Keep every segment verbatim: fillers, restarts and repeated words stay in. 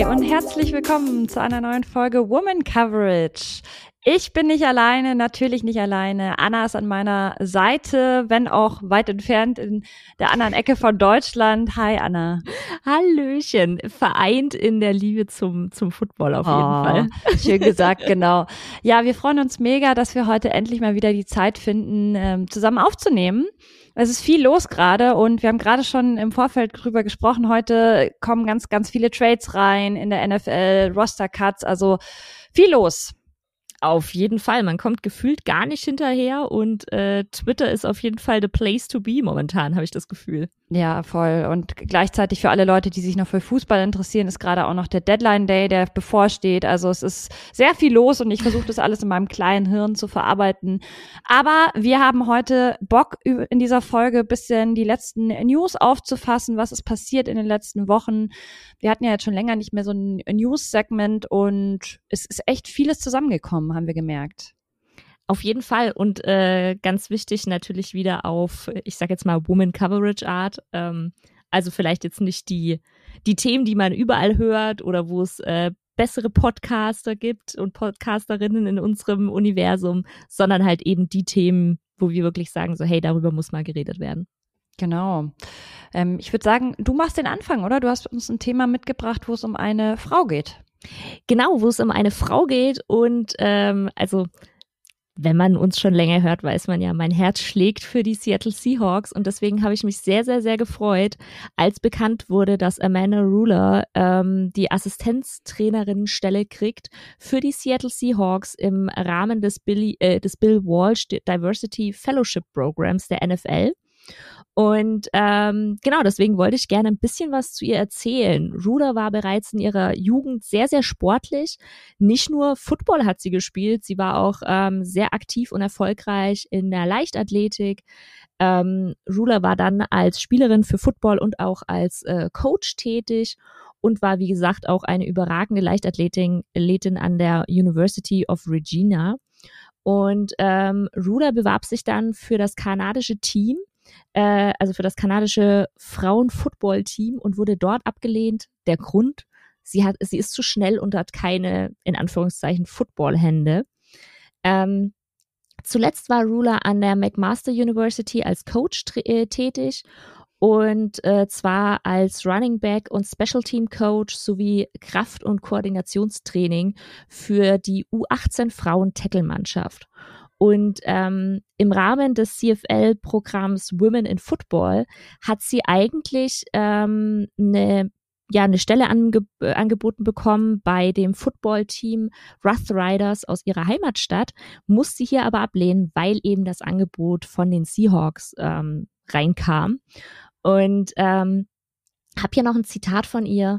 und herzlich willkommen zu einer neuen Folge Woman Coverage. Ich bin nicht alleine, natürlich nicht alleine. Anna ist an meiner Seite, wenn auch weit entfernt in der anderen Ecke von Deutschland. Hi Anna. Hallöchen, vereint in der Liebe zum, zum Football auf jeden oh, Fall. Schön gesagt, genau. Ja, wir freuen uns mega, dass wir heute endlich mal wieder die Zeit finden, ähm, zusammen aufzunehmen. Es ist viel los gerade und wir haben gerade schon im Vorfeld drüber gesprochen. Heute kommen ganz, ganz viele Trades rein in der N F L, Roster-Cuts, also viel los. Auf jeden Fall, man kommt gefühlt gar nicht hinterher und äh, Twitter ist auf jeden Fall the place to be momentan, habe ich das Gefühl. Ja, voll. Und gleichzeitig für alle Leute, die sich noch für Fußball interessieren, ist gerade auch noch der Deadline Day, der bevorsteht. Also es ist sehr viel los und ich versuche das alles in meinem kleinen Hirn zu verarbeiten. Aber wir haben heute Bock, in dieser Folge ein bisschen die letzten News aufzufassen, was ist passiert in den letzten Wochen. Wir hatten ja jetzt schon länger nicht mehr so ein News-Segment und es ist echt vieles zusammengekommen, haben wir gemerkt. Auf jeden Fall und äh, ganz wichtig natürlich wieder auf, ich sag jetzt mal Woman Coverage Art, ähm, also vielleicht jetzt nicht die die Themen, die man überall hört oder wo es äh, bessere Podcaster gibt und Podcasterinnen in unserem Universum, sondern halt eben die Themen, wo wir wirklich sagen so, hey, darüber muss mal geredet werden. Genau. Ähm, ich würde sagen, du machst den Anfang, oder? Du hast uns ein Thema mitgebracht, wo es um eine Frau geht. Genau, wo es um eine Frau geht und ähm, also wenn man uns schon länger hört, weiß man ja, mein Herz schlägt für die Seattle Seahawks und deswegen habe ich mich sehr, sehr, sehr gefreut, als bekannt wurde, dass Amanda Ruller ähm, die Assistenztrainerinnenstelle kriegt für die Seattle Seahawks im Rahmen des, Billy, äh, des Bill Walsh Diversity Fellowship Programs der N F L. Und ähm, genau, deswegen wollte ich gerne ein bisschen was zu ihr erzählen. Ruder war bereits in ihrer Jugend sehr, sehr sportlich. Nicht nur Football hat sie gespielt, sie war auch ähm, sehr aktiv und erfolgreich in der Leichtathletik. Ähm, Ruder war dann als Spielerin für Football und auch als äh, Coach tätig und war, wie gesagt, auch eine überragende Leichtathletin Athletin an der University of Regina. Und ähm, Ruder bewarb sich dann für das kanadische Team, also für das kanadische Frauen-Football-Team und wurde dort abgelehnt. Der Grund, sie hat, sie ist zu schnell und hat keine, in Anführungszeichen, Football-Hände. Ähm, zuletzt war Ruler an der McMaster University als Coach äh, tätig und äh, zwar als Running Back und Special Team Coach sowie Kraft- und Koordinationstraining für die U achtzehn Frauen-Tackle-Mannschaft. Und ähm, im Rahmen des C F L-Programms Women in Football hat sie eigentlich ähm, eine, ja, eine Stelle ange- angeboten bekommen bei dem Football-Team Rough Riders aus ihrer Heimatstadt, musste sie hier aber ablehnen, weil eben das Angebot von den Seahawks ähm, reinkam. Und ähm, habe hier noch ein Zitat von ihr.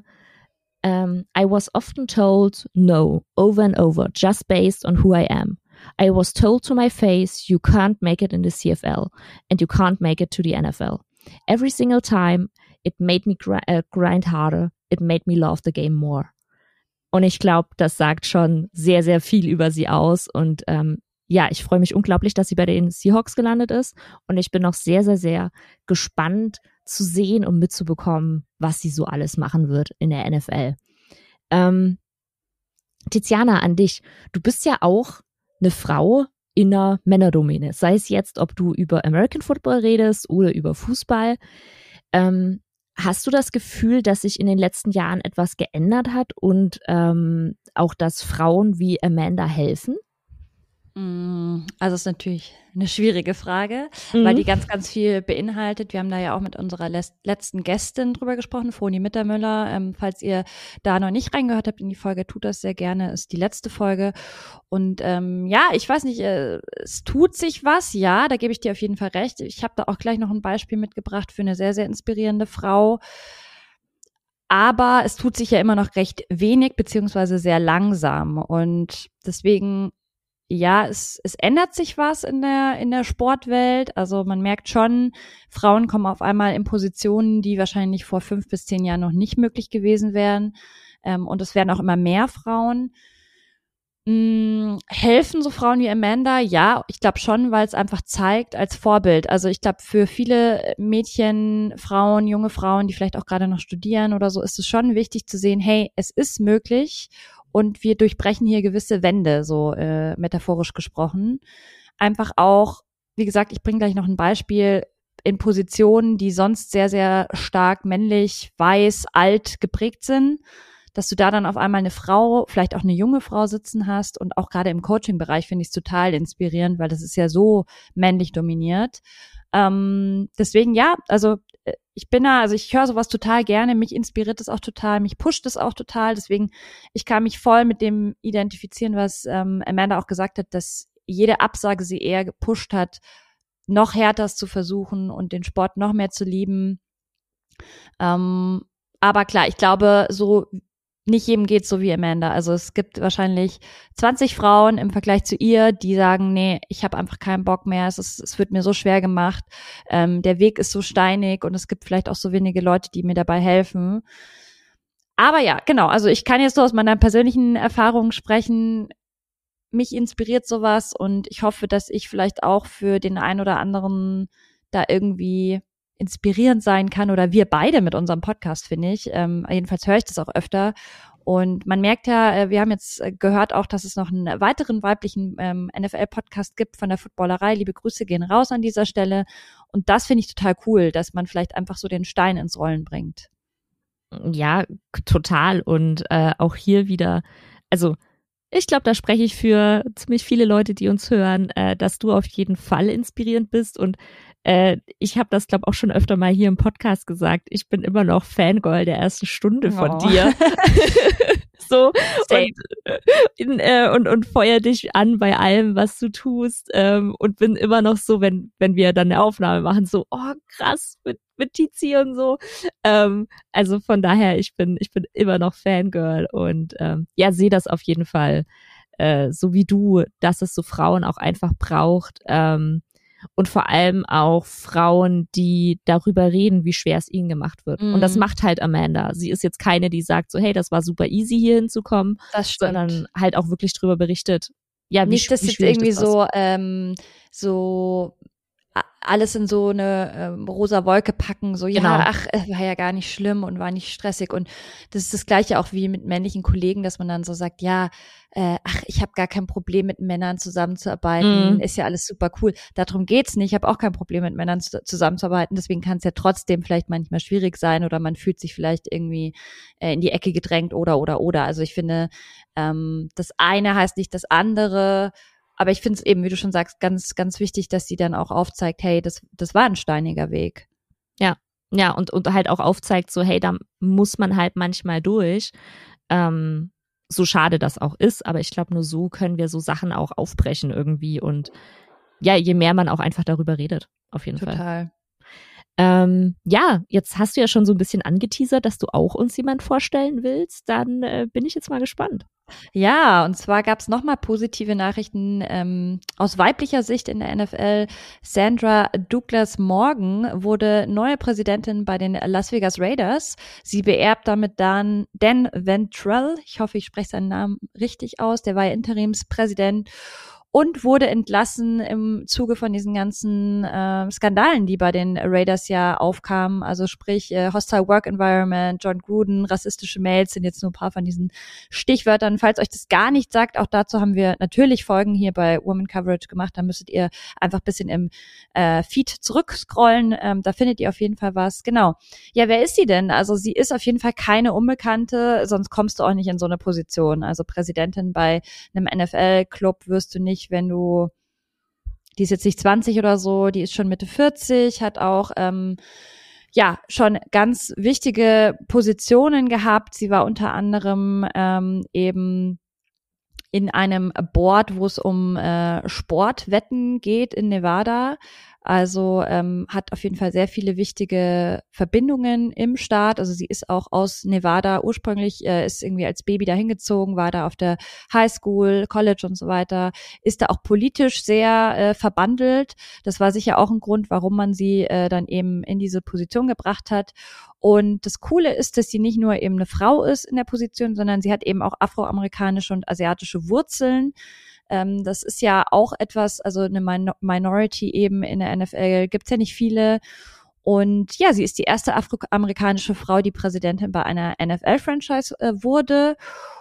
Um, I was often told no, over and over, just based on who I am. I was told to my face, you can't make it in the C F L and you can't make it to the N F L. Every single time, it made me gr- uh, grind harder, it made me love the game more. Und ich glaube, das sagt schon sehr, sehr viel über sie aus. Und ähm, ja, ich freue mich unglaublich, dass sie bei den Seahawks gelandet ist. Und ich bin noch sehr, sehr, sehr gespannt zu sehen und mitzubekommen, was sie so alles machen wird in der N F L. Ähm, Tiziana, an dich. Du bist ja auch eine Frau in einer Männerdomäne. Sei es jetzt, ob du über American Football redest oder über Fußball. Ähm, hast du das Gefühl, dass sich in den letzten Jahren etwas geändert hat und ähm, auch, dass Frauen wie Amanda helfen? Also es ist natürlich eine schwierige Frage, Mhm. weil die ganz, ganz viel beinhaltet. Wir haben da ja auch mit unserer les- letzten Gästin drüber gesprochen, Froni Mittermüller. Ähm, falls ihr da noch nicht reingehört habt in die Folge, tut das sehr gerne, ist die letzte Folge. Und ähm, ja, ich weiß nicht, äh, es tut sich was, ja, da gebe ich dir auf jeden Fall recht. Ich habe da auch gleich noch ein Beispiel mitgebracht für eine sehr, sehr inspirierende Frau. Aber es tut sich ja immer noch recht wenig, beziehungsweise sehr langsam. Und deswegen ja, es, es ändert sich was in der, in der Sportwelt. Also man merkt schon, Frauen kommen auf einmal in Positionen, die wahrscheinlich vor fünf bis zehn Jahren noch nicht möglich gewesen wären. Ähm, und es werden auch immer mehr Frauen. Mh, helfen so Frauen wie Amanda? Ja, ich glaube schon, weil es einfach zeigt als Vorbild. Also ich glaube, für viele Mädchen, Frauen, junge Frauen, die vielleicht auch gerade noch studieren oder so, ist es schon wichtig zu sehen, hey, es ist möglich und wir durchbrechen hier gewisse Wände, so äh, metaphorisch gesprochen. Einfach auch, wie gesagt, ich bringe gleich noch ein Beispiel, in Positionen, die sonst sehr, sehr stark männlich, weiß, alt geprägt sind, dass du da dann auf einmal eine Frau, vielleicht auch eine junge Frau sitzen hast und auch gerade im Coaching-Bereich finde ich es total inspirierend, weil das ist ja so männlich dominiert. Ähm, deswegen ja, also ich bin da, also ich höre sowas total gerne, mich inspiriert es auch total, mich pusht es auch total, deswegen ich kann mich voll mit dem identifizieren, was ähm, Amanda auch gesagt hat, dass jede Absage sie eher gepusht hat, noch härter es zu versuchen und den Sport noch mehr zu lieben. Ähm, aber klar, ich glaube, so nicht jedem geht's so wie Amanda. Also es gibt wahrscheinlich zwanzig Frauen im Vergleich zu ihr, die sagen, nee, ich habe einfach keinen Bock mehr, es, ist, es wird mir so schwer gemacht, ähm, der Weg ist so steinig und es gibt vielleicht auch so wenige Leute, die mir dabei helfen. Aber ja, genau, also ich kann jetzt so aus meiner persönlichen Erfahrung sprechen, mich inspiriert sowas und ich hoffe, dass ich vielleicht auch für den einen oder anderen da irgendwie inspirierend sein kann oder wir beide mit unserem Podcast, finde ich. Ähm, jedenfalls höre ich das auch öfter. Und man merkt ja, wir haben jetzt gehört auch, dass es noch einen weiteren weiblichen ähm, N F L-Podcast gibt von der Footballerei. Liebe Grüße gehen raus an dieser Stelle. Und das finde ich total cool, dass man vielleicht einfach so den Stein ins Rollen bringt. Ja, total. Und äh, auch hier wieder, also ich glaube, da spreche ich für ziemlich viele Leute, die uns hören, äh, dass du auf jeden Fall inspirierend bist. Und äh, ich habe das, glaube ich, auch schon öfter mal hier im Podcast gesagt. Ich bin immer noch Fangirl der ersten Stunde von Oh. dir. So und, in, äh, und und feuer dich an bei allem, was du tust, ähm, und bin immer noch so, wenn wenn wir dann eine Aufnahme machen, so oh krass mit mit Tizi und so. Ähm, also von daher, ich bin ich bin immer noch Fangirl und ähm, ja, sehe das auf jeden Fall äh, so wie du, dass es so Frauen auch einfach braucht. Ähm, Und vor allem auch Frauen, die darüber reden, wie schwer es ihnen gemacht wird. Mhm. Und das macht halt Amanda. Sie ist jetzt keine, die sagt so, hey, das war super easy, hier hinzukommen. Das stimmt. Sondern halt auch wirklich drüber berichtet. Ja, wie, Nicht, dass wie jetzt irgendwie das so, ähm, so alles in so eine ähm, rosa Wolke packen, so ja, genau. ach, äh, war ja gar nicht schlimm und war nicht stressig und das ist das Gleiche auch wie mit männlichen Kollegen, dass man dann so sagt, ja, äh, ach, ich habe gar kein Problem mit Männern zusammenzuarbeiten, mm. ist ja alles super cool. Darum geht's nicht, ich habe auch kein Problem mit Männern zu, zusammenzuarbeiten, deswegen kann es ja trotzdem vielleicht manchmal schwierig sein oder man fühlt sich vielleicht irgendwie äh, in die Ecke gedrängt oder, oder, oder. Also ich finde, ähm, das eine heißt nicht das andere. Aber ich finde es eben, wie du schon sagst, ganz, ganz wichtig, dass sie dann auch aufzeigt, hey, das, das war ein steiniger Weg. Ja, ja, und, und halt auch aufzeigt, so, hey, da muss man halt manchmal durch. Ähm, so schade das auch ist, aber ich glaube, nur so können wir so Sachen auch aufbrechen irgendwie. Und ja, je mehr man auch einfach darüber redet, auf jeden Total. Fall. Ähm, ja, jetzt hast du ja schon so ein bisschen angeteasert, dass du auch uns jemand vorstellen willst. Dann äh, bin ich jetzt mal gespannt. Ja, und zwar gab es nochmal positive Nachrichten ähm, aus weiblicher Sicht in der N F L. Sandra Douglas Morgan wurde neue Präsidentin bei den Las Vegas Raiders. Sie beerbt damit dann Dan Ventrell, ich hoffe, ich spreche seinen Namen richtig aus, der war ja Interimspräsident und wurde entlassen im Zuge von diesen ganzen äh, Skandalen, die bei den Raiders ja aufkamen. Also sprich äh, Hostile Work Environment, John Gruden, rassistische Mails sind jetzt nur ein paar von diesen Stichwörtern. Falls euch das gar nicht sagt, auch dazu haben wir natürlich Folgen hier bei Woman Coverage gemacht. Da müsstet ihr einfach ein bisschen im äh, Feed zurückscrollen. Ähm, da findet ihr auf jeden Fall was. Genau. Ja, wer ist sie denn? Also sie ist auf jeden Fall keine Unbekannte, sonst kommst du auch nicht in so eine Position. Also Präsidentin bei einem N F L-Club wirst du nicht, wenn du, die ist jetzt nicht zwanzig oder so, die ist schon Mitte vierzig, hat auch ähm, ja schon ganz wichtige Positionen gehabt. Sie war unter anderem ähm, eben in einem Board, wo es um äh, Sportwetten geht in Nevada. Also ähm, hat auf jeden Fall sehr viele wichtige Verbindungen im Staat. Also sie ist auch aus Nevada ursprünglich, äh, ist irgendwie als Baby dahin gezogen, war da auf der Highschool, College und so weiter, ist da auch politisch sehr äh, verbandelt. Das war sicher auch ein Grund, warum man sie äh, dann eben in diese Position gebracht hat. Und das Coole ist, dass sie nicht nur eben eine Frau ist in der Position, sondern sie hat eben auch afroamerikanische und asiatische Wurzeln. Ähm, das ist ja auch etwas, also eine Min- Minority eben in der N F L gibt's ja nicht viele. Und ja, sie ist die erste afroamerikanische Frau, die Präsidentin bei einer N F L-Franchise äh, wurde.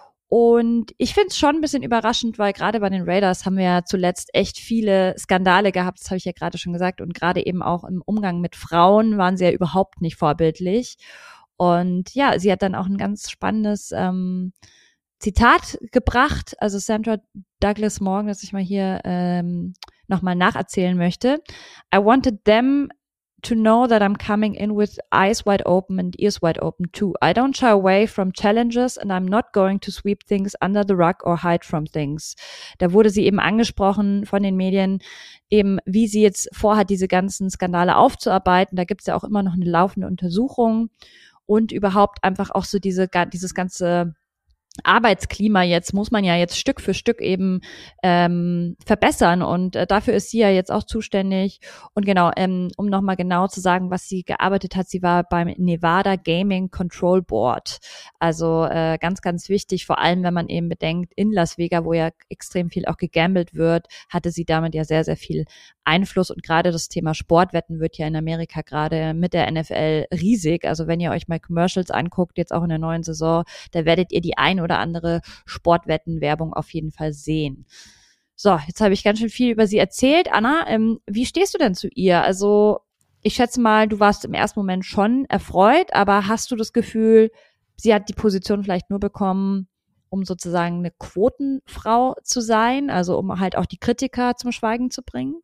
Und ich finde es schon ein bisschen überraschend, weil gerade bei den Raiders haben wir ja zuletzt echt viele Skandale gehabt, das habe ich ja gerade schon gesagt. Und gerade eben auch im Umgang mit Frauen waren sie ja überhaupt nicht vorbildlich. Und ja, sie hat dann auch ein ganz spannendes ähm, Zitat gebracht, also Sandra Douglas Morgan, das ich mal hier ähm, nochmal nacherzählen möchte. I wanted them to know that I'm coming in with eyes wide open and ears wide open too. I don't shy away from challenges and I'm not going to sweep things under the rug or hide from things. Da wurde sie eben angesprochen von den Medien, eben wie sie jetzt vorhat, diese ganzen Skandale aufzuarbeiten. Da gibt's ja auch immer noch eine laufende Untersuchung und überhaupt einfach auch so diese dieses ganze Arbeitsklima jetzt muss man ja jetzt Stück für Stück eben ähm, verbessern und äh, dafür ist sie ja jetzt auch zuständig. Und genau, ähm, um nochmal genau zu sagen, was sie gearbeitet hat, sie war beim Nevada Gaming Control Board. Also äh, ganz, ganz wichtig, vor allem wenn man eben bedenkt, in Las Vegas, wo ja extrem viel auch gegambelt wird, hatte sie damit ja sehr, sehr viel Einfluss. Und gerade das Thema Sportwetten wird ja in Amerika gerade mit der N F L riesig. Also wenn ihr euch mal Commercials anguckt, jetzt auch in der neuen Saison, da werdet ihr die ein oder andere Sportwettenwerbung auf jeden Fall sehen. So, jetzt habe ich ganz schön viel über sie erzählt. Anna, ähm, wie stehst du denn zu ihr? Also ich schätze mal, du warst im ersten Moment schon erfreut, aber hast du das Gefühl, sie hat die Position vielleicht nur bekommen, um sozusagen eine Quotenfrau zu sein, also um halt auch die Kritiker zum Schweigen zu bringen?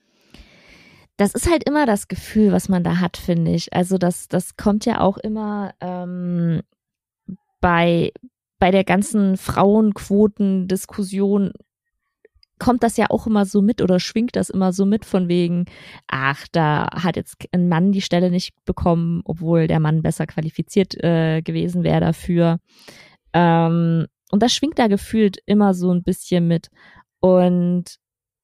Das ist halt immer das Gefühl, was man da hat, finde ich. Also das, das kommt ja auch immer ähm, bei bei der ganzen Frauenquoten-Diskussion kommt das ja auch immer so mit oder schwingt das immer so mit von wegen, ach, da hat jetzt ein Mann die Stelle nicht bekommen, obwohl der Mann besser qualifiziert äh, gewesen wäre dafür. Ähm, und das schwingt da gefühlt immer so ein bisschen mit. Und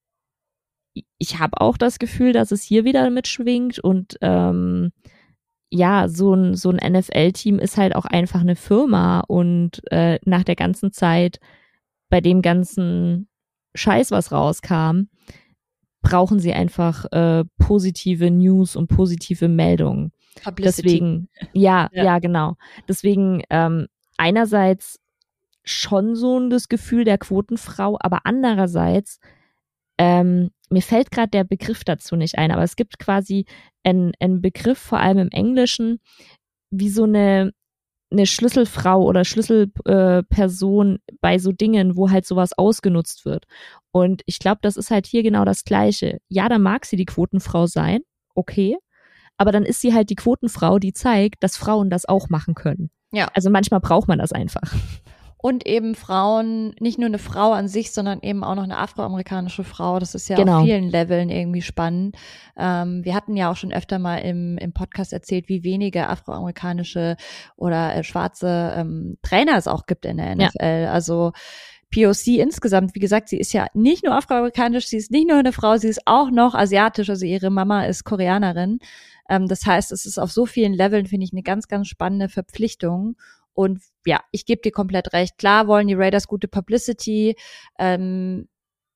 ich habe auch das Gefühl, dass es hier wieder mitschwingt und ähm, ja, so ein so ein N F L-Team ist halt auch einfach eine Firma und äh, nach der ganzen Zeit, bei dem ganzen Scheiß, was rauskam, brauchen sie einfach äh, positive News und positive Meldungen. Publicity. Deswegen, ja, ja, ja, genau. Deswegen ähm, einerseits schon so ein das Gefühl der Quotenfrau, aber andererseits ähm, mir fällt gerade der Begriff dazu nicht ein, aber es gibt quasi einen, einen Begriff, vor allem im Englischen, wie so eine, eine Schlüsselfrau oder Schlüsselperson äh, bei so Dingen, wo halt sowas ausgenutzt wird. Und ich glaube, das ist halt hier genau das Gleiche. Ja, da mag sie die Quotenfrau sein, okay, aber dann ist sie halt die Quotenfrau, die zeigt, dass Frauen das auch machen können. Ja. Also manchmal braucht man das einfach. Und eben Frauen, nicht nur eine Frau an sich, sondern eben auch noch eine afroamerikanische Frau. Das ist ja Genau. auf vielen Leveln irgendwie spannend. Ähm, wir hatten ja auch schon öfter mal im, im Podcast erzählt, wie wenige afroamerikanische oder äh, schwarze ähm, Trainer es auch gibt in der N F L. Ja. Also P O C insgesamt, wie gesagt, sie ist ja nicht nur afroamerikanisch, sie ist nicht nur eine Frau, sie ist auch noch asiatisch. Also ihre Mama ist Koreanerin. Ähm, das heißt, es ist auf so vielen Leveln, finde ich, eine ganz, ganz spannende Verpflichtung. Und ja, ich gebe dir komplett recht. Klar wollen die Raiders gute Publicity. Ähm,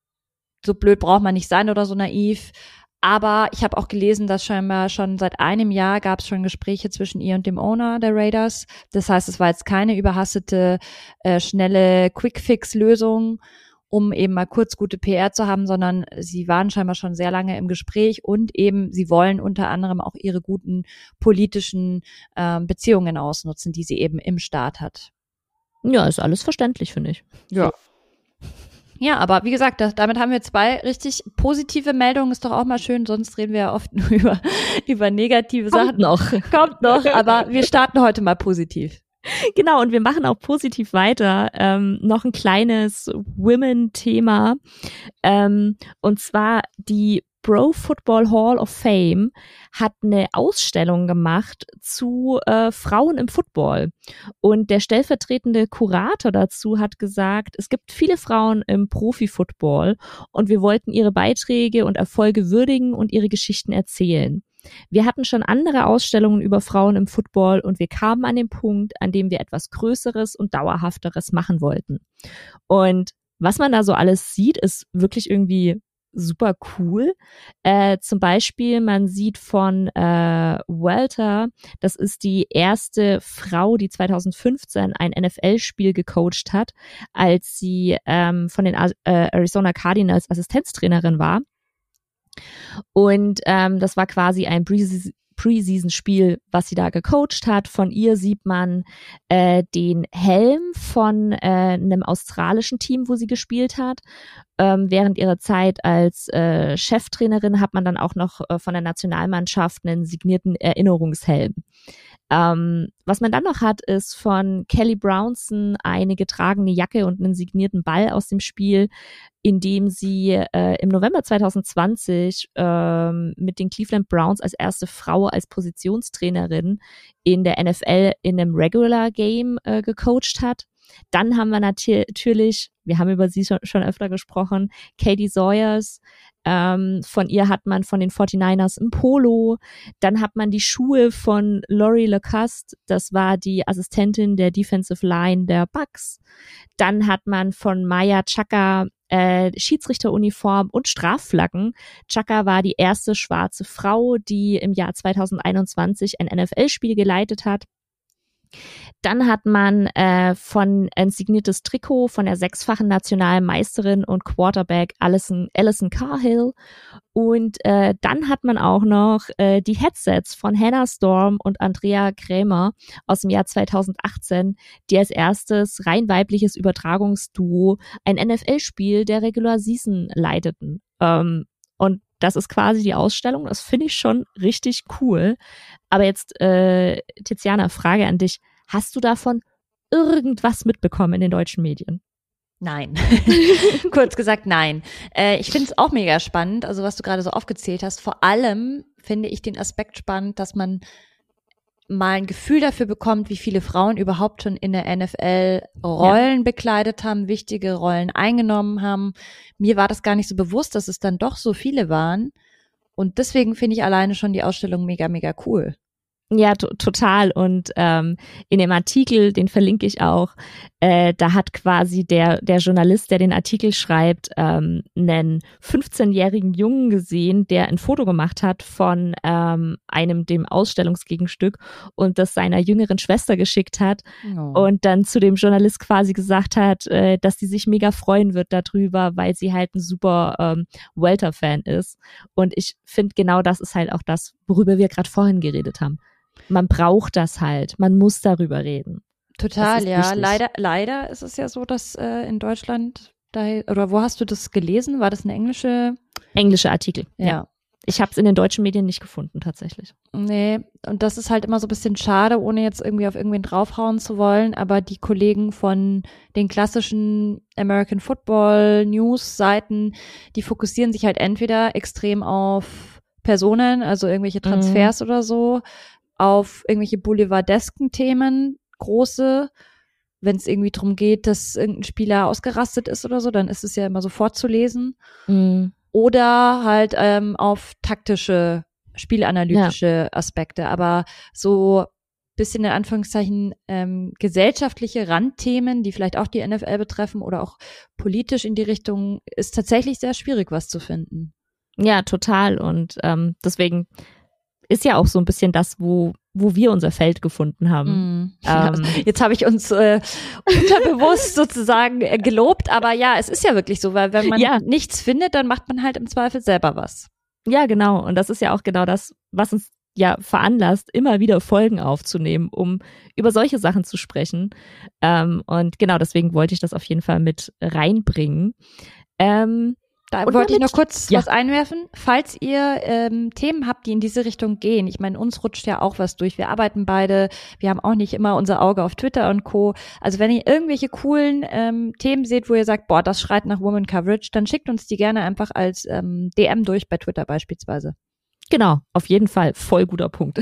so blöd braucht man nicht sein oder so naiv. Aber ich habe auch gelesen, dass scheinbar schon seit einem Jahr gab es schon Gespräche zwischen ihr und dem Owner der Raiders. Das heißt, es war jetzt keine überhastete, äh, schnelle Quick-Fix-Lösung, um eben mal kurz gute P R zu haben, sondern sie waren scheinbar schon sehr lange im Gespräch und eben sie wollen unter anderem auch ihre guten politischen ähm, Beziehungen ausnutzen, die sie eben im Staat hat. Ja, ist alles verständlich, finde ich. Ja. Ja, aber wie gesagt, das, damit haben wir zwei richtig positive Meldungen, ist doch auch mal schön, sonst reden wir ja oft nur über, über negative Kommt Sachen. noch. Kommt noch, aber wir starten heute mal positiv. Genau, und wir machen auch positiv weiter. Ähm, noch ein kleines Women-Thema. Ähm, und zwar die Pro Football Hall of Fame hat eine Ausstellung gemacht zu äh, Frauen im Football. Und der stellvertretende Kurator dazu hat gesagt, es gibt viele Frauen im Profi-Football und wir wollten ihre Beiträge und Erfolge würdigen und ihre Geschichten erzählen. Wir hatten schon andere Ausstellungen über Frauen im Football und wir kamen an den Punkt, an dem wir etwas Größeres und Dauerhafteres machen wollten. Und was man da so alles sieht, ist wirklich irgendwie super cool. Äh, zum Beispiel, man sieht von äh, Welter, das ist die erste Frau, die zwanzig fünfzehn ein N F L-Spiel gecoacht hat, als sie ähm, von den äh, Arizona Cardinals Assistenztrainerin war. Und ähm, das war quasi ein Pre- Preseason-Spiel, was sie da gecoacht hat. Von ihr sieht man äh, den Helm von äh, einem australischen Team, wo sie gespielt hat. Ähm, während ihrer Zeit als äh, Cheftrainerin hat man dann auch noch äh, von der Nationalmannschaft einen signierten Erinnerungshelm. Ähm, was man dann noch hat, ist von Kelly Brownson eine getragene Jacke und einen signierten Ball aus dem Spiel, in dem sie äh, im November zwanzig zwanzig ähm, mit den Cleveland Browns als erste Frau als Positionstrainerin in der N F L in einem Regular Game äh, gecoacht hat. Dann haben wir nat- natürlich, wir haben über sie schon, schon öfter gesprochen, Katie Sawyers. Ähm, von ihr hat man von den forty-niners ein Polo. Dann hat man die Schuhe von Lori Lacoste. Das war die Assistentin der Defensive Line der Bucks. Dann hat man von Maya Chaka äh, Schiedsrichteruniform und Strafflaggen. Chaka war die erste schwarze Frau, die im Jahr zwanzig einundzwanzig ein N F L-Spiel geleitet hat. Dann hat man äh, von ein signiertes Trikot von der sechsfachen Nationalmeisterin und Quarterback Alison, Alison Cahill. Und äh, dann hat man auch noch äh, die Headsets von Hannah Storm und Andrea Krämer aus dem Jahr zwanzig achtzehn, die als erstes rein weibliches Übertragungsduo ein N F L-Spiel der Regular Season leiteten. Ähm, und das ist quasi die Ausstellung. Das finde ich schon richtig cool. Aber jetzt, äh, Tiziana, Frage an dich. Hast du davon irgendwas mitbekommen in den deutschen Medien? Nein. Kurz gesagt, nein. Äh, ich finde es auch mega spannend, also was du gerade so aufgezählt hast. Vor allem finde ich den Aspekt spannend, dass man mal ein Gefühl dafür bekommt, wie viele Frauen überhaupt schon in der N F L Rollen ja. bekleidet haben, wichtige Rollen eingenommen haben. Mir war das gar nicht so bewusst, dass es dann doch so viele waren. Und deswegen finde ich alleine schon die Ausstellung mega, mega cool. Ja, to- total. Und ähm, in dem Artikel, den verlinke ich auch, äh, da hat quasi der der Journalist, der den Artikel schreibt, ähm, einen fünfzehnjährigen Jungen gesehen, der ein Foto gemacht hat von ähm, einem dem Ausstellungsgegenstück und das seiner jüngeren Schwester geschickt hat oh. und dann zu dem Journalist quasi gesagt hat, äh, dass sie sich mega freuen wird darüber, weil sie halt ein super ähm, Welter-Fan ist. Und ich finde, genau das ist halt auch das, worüber wir gerade vorhin geredet haben. Man braucht das halt. Man muss darüber reden. Total, ja. Wichtig. Leider, leider ist es ja so, dass äh, in Deutschland, da, oder wo hast du das gelesen? War das eine englische? Englische Artikel, ja. ja. Ich habe es in den deutschen Medien nicht gefunden, tatsächlich. Nee, und das ist halt immer so ein bisschen schade, ohne jetzt irgendwie auf irgendwen draufhauen zu wollen, aber die Kollegen von den klassischen American Football News Seiten, die fokussieren sich halt entweder extrem auf Personen, also irgendwelche Transfers mhm. oder so, auf irgendwelche boulevardesken Themen, große, wenn es irgendwie darum geht, dass irgendein Spieler ausgerastet ist oder so, dann ist es ja immer sofort zu lesen. Mhm. Oder halt ähm, auf taktische, spielanalytische ja. Aspekte. Aber so bisschen in Anführungszeichen ähm, gesellschaftliche Randthemen, die vielleicht auch die N F L betreffen oder auch politisch in die Richtung, ist tatsächlich sehr schwierig, was zu finden. Ja, total. Und ähm, deswegen ist ja auch so ein bisschen das, wo wo wir unser Feld gefunden haben. Mm. Ähm, Jetzt habe ich uns äh, unterbewusst sozusagen äh, gelobt, aber ja, es ist ja wirklich so, weil wenn man ja. nichts findet, dann macht man halt im Zweifel selber was. Ja, genau. Und das ist ja auch genau das, was uns ja veranlasst, immer wieder Folgen aufzunehmen, um über solche Sachen zu sprechen. Ähm, und genau deswegen wollte ich das auf jeden Fall mit reinbringen. Ähm, Da Und wollte ich damit- noch kurz ja. was einwerfen. Falls ihr ähm, Themen habt, die in diese Richtung gehen, ich meine, uns rutscht ja auch was durch. Wir arbeiten beide, wir haben auch nicht immer unser Auge auf Twitter und Co. Also wenn ihr irgendwelche coolen ähm, Themen seht, wo ihr sagt, boah, das schreit nach Woman Coverage, dann schickt uns die gerne einfach als ähm, D M durch bei Twitter beispielsweise. Genau, auf jeden Fall. Voll guter Punkt.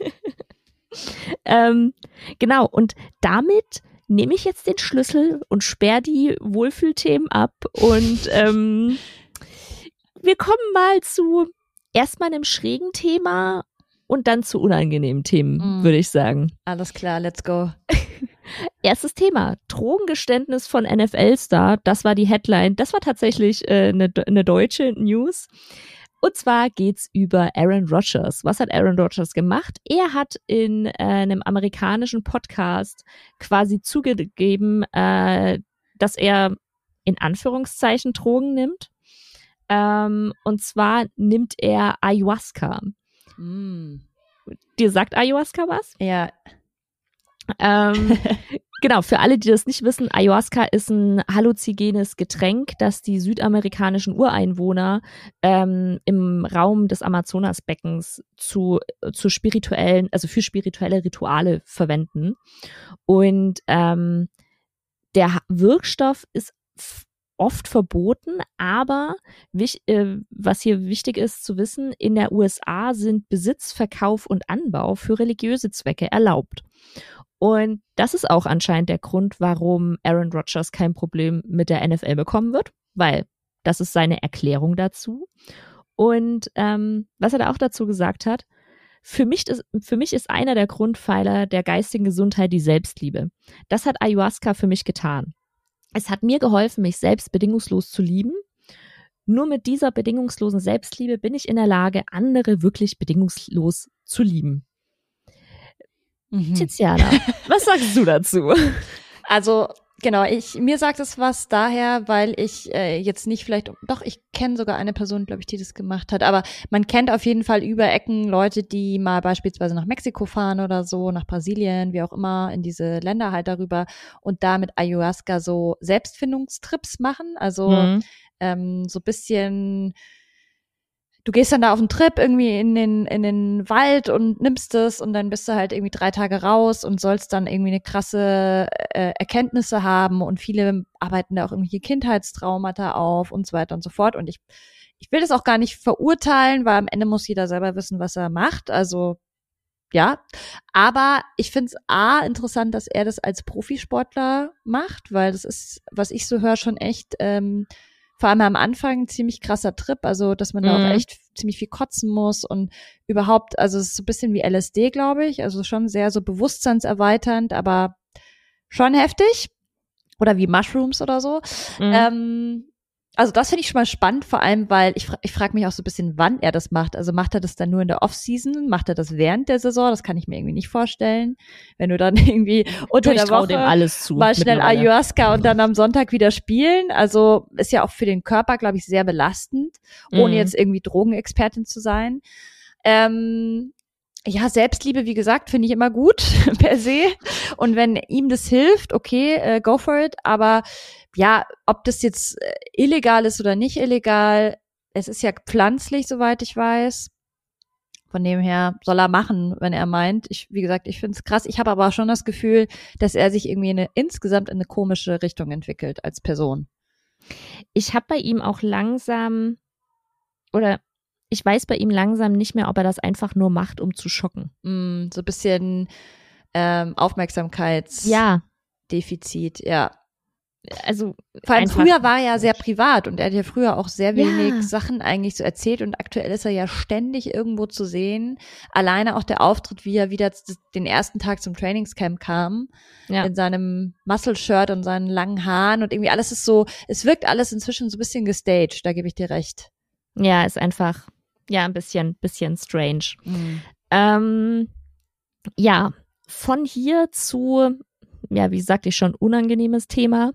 ähm, genau, und damit nehme ich jetzt den Schlüssel und sperre die Wohlfühlthemen ab und ähm, wir kommen mal zu erstmal einem schrägen Thema und dann zu unangenehmen Themen, Mm. würde ich sagen. Alles klar, let's go. Erstes Thema, Drogengeständnis von N F L-Star, das war die Headline, das war tatsächlich äh, eine, eine deutsche News. Und zwar geht's über Aaron Rodgers. Was hat Aaron Rodgers gemacht? Er hat in äh, einem amerikanischen Podcast quasi zugegeben, äh, dass er in Anführungszeichen Drogen nimmt. Ähm, und zwar nimmt er Ayahuasca. Mm. Dir sagt Ayahuasca was? Ja. Ähm, genau, für alle, die das nicht wissen, Ayahuasca ist ein halluzinogenes Getränk, das die südamerikanischen Ureinwohner ähm, im Raum des Amazonasbeckens zu, zu spirituellen, also für spirituelle Rituale verwenden. Und ähm, der Wirkstoff ist f- oft verboten, aber wich, äh, was hier wichtig ist zu wissen, in der U S A sind Besitz, Verkauf und Anbau für religiöse Zwecke erlaubt. Und das ist auch anscheinend der Grund, warum Aaron Rodgers kein Problem mit der N F L bekommen wird, weil das ist seine Erklärung dazu. Und ähm, was er da auch dazu gesagt hat, für mich, ist, für mich ist einer der Grundpfeiler der geistigen Gesundheit die Selbstliebe. Das hat Ayahuasca für mich getan. Es hat mir geholfen, mich selbst bedingungslos zu lieben. Nur mit dieser bedingungslosen Selbstliebe bin ich in der Lage, andere wirklich bedingungslos zu lieben. Mhm. Tiziana, was sagst du dazu? Also genau, ich mir sagt es was daher, weil ich äh, jetzt nicht vielleicht, doch, ich kenne sogar eine Person, glaube ich, die das gemacht hat, aber man kennt auf jeden Fall über Ecken Leute, die mal beispielsweise nach Mexiko fahren oder so, nach Brasilien, wie auch immer, in diese Länder halt darüber und da mit Ayahuasca so Selbstfindungstrips machen, also Mhm. ähm, so bisschen du gehst dann da auf einen Trip irgendwie in den, in den Wald und nimmst es und dann bist du halt irgendwie drei Tage raus und sollst dann irgendwie eine krasse äh, Erkenntnisse haben und viele arbeiten da auch irgendwelche Kindheitstraumata auf und so weiter und so fort und ich, ich will das auch gar nicht verurteilen, weil am Ende muss jeder selber wissen, was er macht, also ja, aber ich finde es A, interessant, dass er das als Profisportler macht, weil das ist, was ich so höre, schon echt ähm, vor allem am Anfang ein ziemlich krasser Trip, also dass man da Mhm. auch echt ziemlich viel kotzen muss und überhaupt, also es ist so ein bisschen wie L S D, glaube ich, also schon sehr so bewusstseinserweiternd, aber schon heftig oder wie Mushrooms oder so. Mhm. Ähm, also das finde ich schon mal spannend, vor allem, weil ich, fra- ich frage mich auch so ein bisschen, wann er das macht. Also macht er das dann nur in der Off-Season? Macht er das während der Saison? Das kann ich mir irgendwie nicht vorstellen. Wenn du dann irgendwie unter Du, ich der trau Woche dem alles zu. mal schnell mittlerweile. Ayahuasca und dann am Sonntag wieder spielen. Also ist ja auch für den Körper, glaube ich, sehr belastend, ohne Mhm. jetzt irgendwie Drogenexpertin zu sein. Ähm, ja, Selbstliebe, wie gesagt, finde ich immer gut per se. Und wenn ihm das hilft, okay, äh, go for it. Aber ja, ob das jetzt äh, illegal ist oder nicht illegal, es ist ja pflanzlich, soweit ich weiß. Von dem her soll er machen, wenn er meint. Ich, wie gesagt, ich finde es krass. Ich habe aber schon das Gefühl, dass er sich irgendwie eine, insgesamt in eine komische Richtung entwickelt als Person. Ich habe bei ihm auch langsam, oder ich weiß bei ihm langsam nicht mehr, ob er das einfach nur macht, um zu schocken. Mm, so ein bisschen ähm, Aufmerksamkeitsdefizit, Ja, ja. also Vor allem einfach- früher war er ja sehr privat und er hat ja früher auch sehr wenig Ja. Sachen eigentlich so erzählt und aktuell ist er ja ständig irgendwo zu sehen. Alleine auch der Auftritt, wie er wieder z- den ersten Tag zum Trainingscamp kam, Ja. in seinem Muscle-Shirt und seinen langen Haaren und irgendwie alles ist so, es wirkt alles inzwischen so ein bisschen gestaged, da gebe ich dir recht. Ja, ist einfach, ja, ein bisschen, bisschen strange. Ähm, ja, von hier zu, ja, wie sagte ich schon, unangenehmes Thema.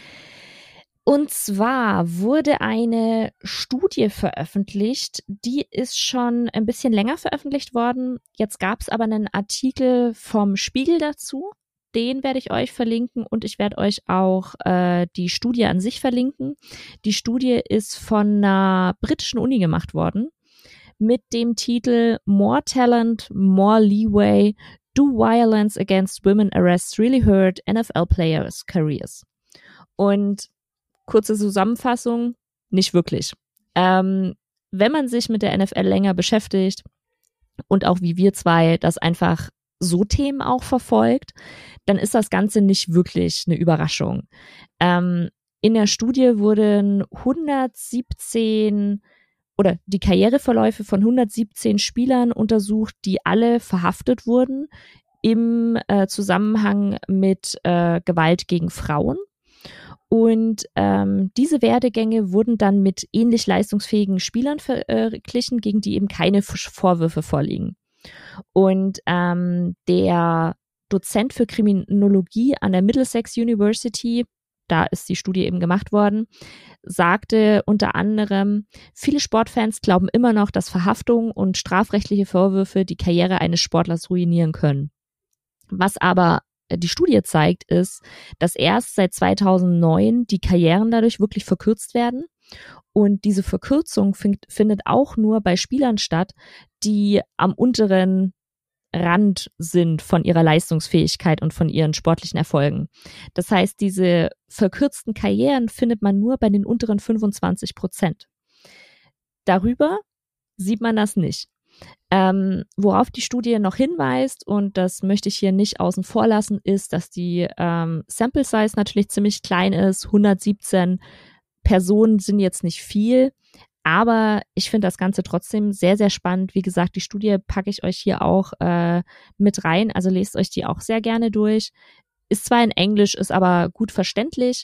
Und zwar wurde eine Studie veröffentlicht, die ist schon ein bisschen länger veröffentlicht worden. Jetzt gab es aber einen Artikel vom Spiegel dazu. Den werde ich euch verlinken und ich werde euch auch äh, die Studie an sich verlinken. Die Studie ist von einer britischen Uni gemacht worden mit dem Titel More Talent, More Leeway, Do Violence Against Women Arrests Really Hurt N F L Players' Careers? Und kurze Zusammenfassung, nicht wirklich. Ähm, wenn man sich mit der N F L länger beschäftigt und auch wie wir zwei das einfach so Themen auch verfolgt, dann ist das Ganze nicht wirklich eine Überraschung. Ähm, in der Studie wurden hundertsiebzehn oder die Karriereverläufe von hundertsiebzehn Spielern untersucht, die alle verhaftet wurden im äh, Zusammenhang mit äh, Gewalt gegen Frauen. Und ähm, diese Werdegänge wurden dann mit ähnlich leistungsfähigen Spielern verglichen, gegen die eben keine Vorwürfe vorliegen. Und ähm, der Dozent für Kriminologie an der Middlesex University, da ist die Studie eben gemacht worden, sagte unter anderem, viele Sportfans glauben immer noch, dass Verhaftung und strafrechtliche Vorwürfe die Karriere eines Sportlers ruinieren können. Was aber die Studie zeigt, ist, dass erst seit zweitausendneun die Karrieren dadurch wirklich verkürzt werden. Und diese Verkürzung find, findet auch nur bei Spielern statt, die am unteren Rand sind von ihrer Leistungsfähigkeit und von ihren sportlichen Erfolgen. Das heißt, diese verkürzten Karrieren findet man nur bei den unteren fünfundzwanzig Prozent. Darüber sieht man das nicht. Ähm, worauf die Studie noch hinweist, und das möchte ich hier nicht außen vor lassen, ist, dass die ähm, Sample Size natürlich ziemlich klein ist. hundertsiebzehn Personen sind jetzt nicht viel, aber ich finde das Ganze trotzdem sehr, sehr spannend. Wie gesagt, die Studie packe ich euch hier auch äh, mit rein, also lest euch die auch sehr gerne durch. Ist zwar in Englisch, ist aber gut verständlich.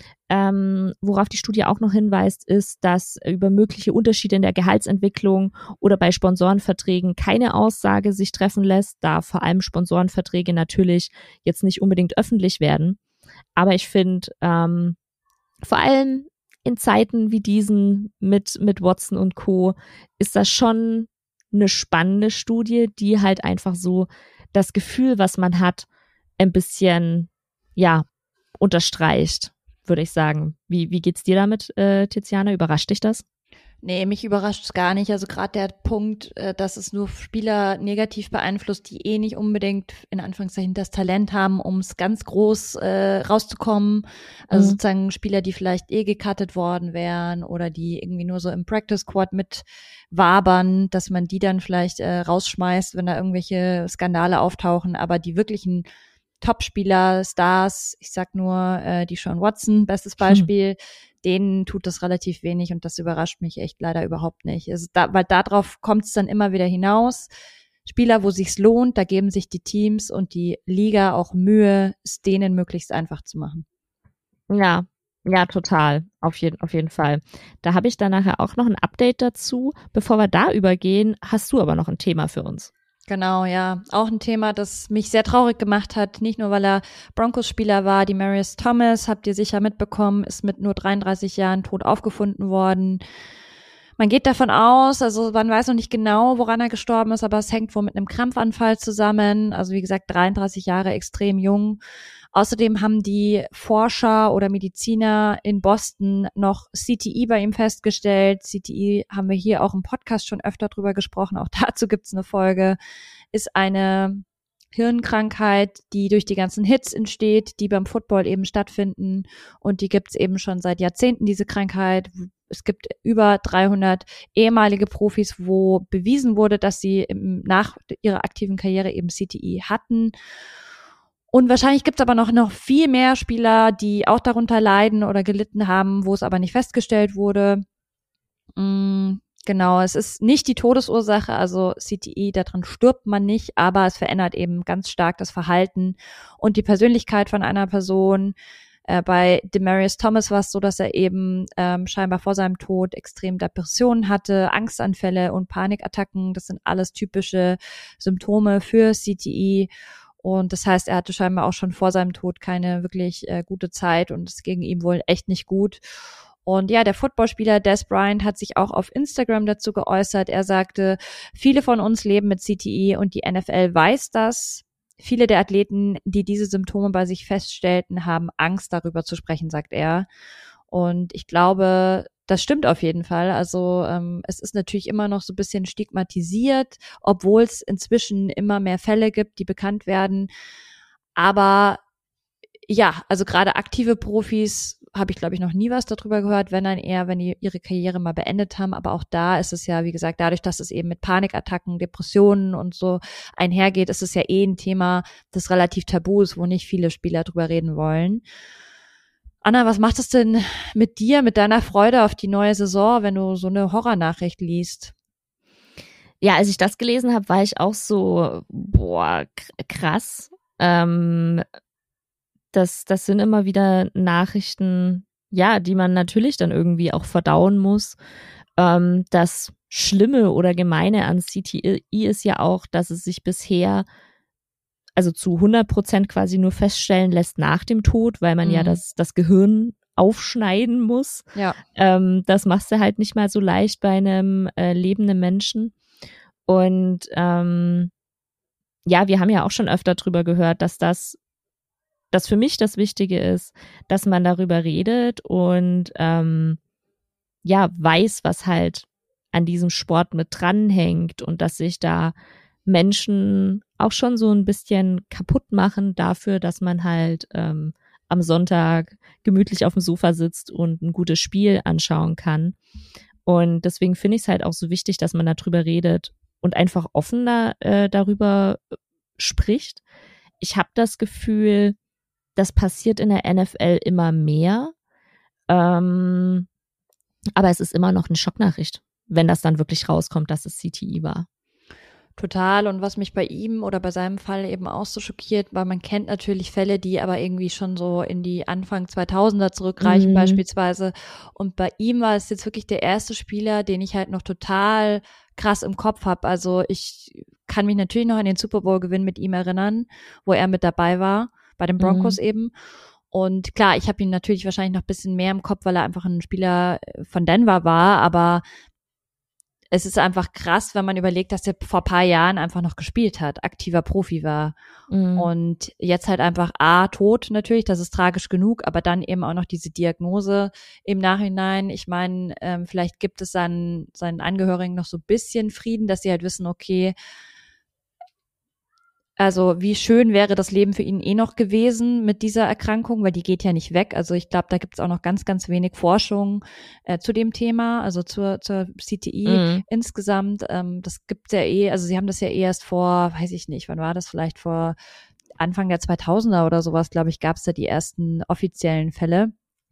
Ähm, worauf die Studie auch noch hinweist, ist, dass über mögliche Unterschiede in der Gehaltsentwicklung oder bei Sponsorenverträgen keine Aussage sich treffen lässt, da vor allem Sponsorenverträge natürlich jetzt nicht unbedingt öffentlich werden. Aber ich finde, ähm, vor allem in Zeiten wie diesen mit, mit Watson und Co. ist das schon eine spannende Studie, die halt einfach so das Gefühl, was man hat, ein bisschen, ja, unterstreicht, würde ich sagen. Wie, wie geht's dir damit, äh, Tiziana? Überrascht dich das? Nee, mich überrascht es gar nicht. Also gerade der Punkt, äh, dass es nur Spieler negativ beeinflusst, die eh nicht unbedingt in Anführungszeichen das Talent haben, um es ganz groß äh, rauszukommen. Also mhm. sozusagen Spieler, die vielleicht eh gecuttet worden wären oder die irgendwie nur so im Practice Squad mit wabern, dass man die dann vielleicht äh, rausschmeißt, wenn da irgendwelche Skandale auftauchen. Aber die wirklichen Topspieler, Stars, ich sag nur äh, die Sean Watson, bestes Beispiel, hm. denen tut das relativ wenig und das überrascht mich echt leider überhaupt nicht. Also da, weil darauf kommt es dann immer wieder hinaus. Spieler, wo sich's lohnt, da geben sich die Teams und die Liga auch Mühe, es denen möglichst einfach zu machen. Ja, ja, total. Auf jeden, auf jeden Fall. Da habe ich dann nachher auch noch ein Update dazu. Bevor wir da übergehen, hast du aber noch ein Thema für uns. Genau, ja. Auch ein Thema, das mich sehr traurig gemacht hat. Nicht nur, weil er Broncos-Spieler war. Die Marius Thomas, habt ihr sicher mitbekommen, ist mit nur dreiunddreißig Jahren tot aufgefunden worden. Man geht davon aus, also man weiß noch nicht genau, woran er gestorben ist, aber es hängt wohl mit einem Krampfanfall zusammen. Also wie gesagt, dreiunddreißig Jahre, extrem jung. Außerdem haben die Forscher oder Mediziner in Boston noch C T E bei ihm festgestellt. C T E haben wir hier auch im Podcast schon öfter drüber gesprochen. Auch dazu gibt's eine Folge. Ist eine Hirnkrankheit, die durch die ganzen Hits entsteht, die beim Football eben stattfinden. Und die gibt's eben schon seit Jahrzehnten, diese Krankheit. Es gibt über dreihundert ehemalige Profis, wo bewiesen wurde, dass sie im, nach ihrer aktiven Karriere eben C T E hatten. Und wahrscheinlich gibt es aber noch, noch viel mehr Spieler, die auch darunter leiden oder gelitten haben, wo es aber nicht festgestellt wurde. Mm, genau, es ist nicht die Todesursache, also C T E, daran stirbt man nicht, aber es verändert eben ganz stark das Verhalten und die Persönlichkeit von einer Person. Äh, bei Demaryius Thomas war es so, dass er eben ähm, scheinbar vor seinem Tod extrem Depressionen hatte, Angstanfälle und Panikattacken. Das sind alles typische Symptome für C T E. Und das heißt, er hatte scheinbar auch schon vor seinem Tod keine wirklich äh, gute Zeit und es ging ihm wohl echt nicht gut. Und ja, der Footballspieler Dez Bryant hat sich auch auf Instagram dazu geäußert. Er sagte, viele von uns leben mit C T E und die N F L weiß das. viele der Athleten, die diese Symptome bei sich feststellten, haben Angst, darüber zu sprechen, sagt er. Und ich glaube, das stimmt auf jeden Fall. Also ähm, es ist natürlich immer noch so ein bisschen stigmatisiert, obwohl es inzwischen immer mehr Fälle gibt, die bekannt werden. Aber ja, also gerade aktive Profis habe ich, glaube ich, noch nie was darüber gehört, wenn dann eher, wenn die ihre Karriere mal beendet haben. Aber auch da ist es ja, wie gesagt, dadurch, dass es eben mit Panikattacken, Depressionen und so einhergeht, ist es ja eh ein Thema, das relativ tabu ist, wo nicht viele Spieler drüber reden wollen. Anna, was macht es denn mit dir, mit deiner Freude auf die neue Saison, wenn du so eine Horrornachricht liest? Ja, als ich das gelesen habe, war ich auch so, boah, krass. Ähm, das, das sind immer wieder Nachrichten, ja, die man natürlich dann irgendwie auch verdauen muss. Ähm, das Schlimme oder Gemeine an C T I ist ja auch, dass es sich bisher also zu hundert Prozent quasi nur feststellen lässt nach dem Tod, weil man mhm. ja das, das Gehirn aufschneiden muss. Ja. Ähm, das machst du halt nicht mal so leicht bei einem äh, lebenden Menschen. Und ähm, ja, wir haben ja auch schon öfter drüber gehört, dass das, dass für mich das Wichtige ist, dass man darüber redet und ähm, ja, weiß, was halt an diesem Sport mit dranhängt und dass sich da Menschen auch schon so ein bisschen kaputt machen dafür, dass man halt ähm, am Sonntag gemütlich auf dem Sofa sitzt und ein gutes Spiel anschauen kann. Und deswegen finde ich es halt auch so wichtig, dass man darüber redet und einfach offener äh, darüber spricht. Ich habe das Gefühl, das passiert in der N F L immer mehr. Ähm, aber es ist immer noch eine Schocknachricht, wenn das dann wirklich rauskommt, dass es C T I war. Total. Und was mich bei ihm oder bei seinem Fall eben auch so schockiert, weil man kennt natürlich Fälle, die aber irgendwie schon so in die Anfang zweitausender zurückreichen, mhm. beispielsweise. Und bei ihm war es jetzt wirklich der erste Spieler, den ich halt noch total krass im Kopf habe. Also ich kann mich natürlich noch an den Super Bowl-Gewinn mit ihm erinnern, wo er mit dabei war, bei den Broncos mhm. eben. Und klar, ich habe ihn natürlich wahrscheinlich noch ein bisschen mehr im Kopf, weil er einfach ein Spieler von Denver war, aber es ist einfach krass, wenn man überlegt, dass er vor ein paar Jahren einfach noch gespielt hat, aktiver Profi war. Mhm. Und jetzt halt einfach A, tot natürlich, das ist tragisch genug, aber dann eben auch noch diese Diagnose im Nachhinein. Ich meine, ähm, vielleicht gibt es seinen, seinen Angehörigen noch so ein bisschen Frieden, dass sie halt wissen, okay, also wie schön wäre das Leben für ihn eh noch gewesen mit dieser Erkrankung, weil die geht ja nicht weg. Also ich glaube, da gibt es auch noch ganz, ganz wenig Forschung äh, zu dem Thema, also zur, zur C T I mhm. insgesamt. Ähm, das gibt's ja eh, also sie haben das ja eh erst vor, weiß ich nicht, wann war das, vielleicht vor Anfang der zweitausender oder sowas, glaube ich, gab es da die ersten offiziellen Fälle.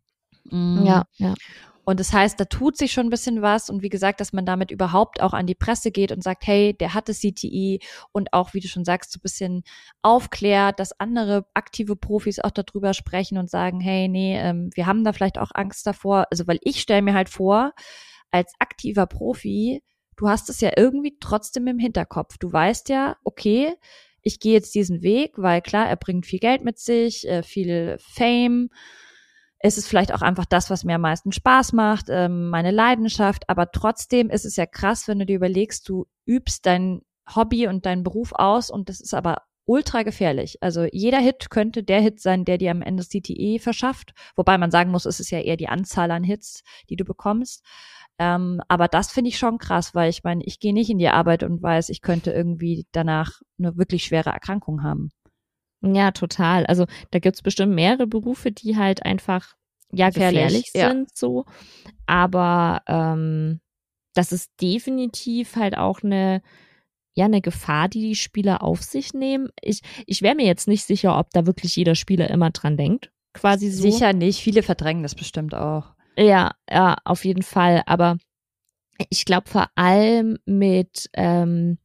Mhm. Ja, ja. Und das heißt, da tut sich schon ein bisschen was und wie gesagt, dass man damit überhaupt auch an die Presse geht und sagt, hey, der hatte C T I und auch, wie du schon sagst, so ein bisschen aufklärt, dass andere aktive Profis auch darüber sprechen und sagen, hey, nee, ähm, wir haben da vielleicht auch Angst davor. Also, weil ich stelle mir halt vor, als aktiver Profi, du hast es ja irgendwie trotzdem im Hinterkopf. Du weißt ja, okay, ich gehe jetzt diesen Weg, weil klar, er bringt viel Geld mit sich, äh, viel Fame. Es ist vielleicht auch einfach das, was mir am meisten Spaß macht, ähm, meine Leidenschaft, aber trotzdem ist es ja krass, wenn du dir überlegst, du übst dein Hobby und deinen Beruf aus und das ist aber ultra gefährlich. Also jeder Hit könnte der Hit sein, der dir am Ende C T I verschafft, wobei man sagen muss, es ist ja eher die Anzahl an Hits, die du bekommst. Ähm, aber das finde ich schon krass, weil ich meine, ich gehe nicht in die Arbeit und weiß, ich könnte irgendwie danach eine wirklich schwere Erkrankung haben. Ja, total. Also da gibt's bestimmt mehrere Berufe, die halt einfach ja gefährlich, gefährlich sind, ja. so. Aber ähm, das ist definitiv halt auch eine ja eine Gefahr, die die Spieler auf sich nehmen. Ich ich wäre mir jetzt nicht sicher, ob da wirklich jeder Spieler immer dran denkt, quasi so. Sicher nicht. Viele verdrängen das bestimmt auch. Ja, ja, auf jeden Fall. Aber ich glaube vor allem mit ähm,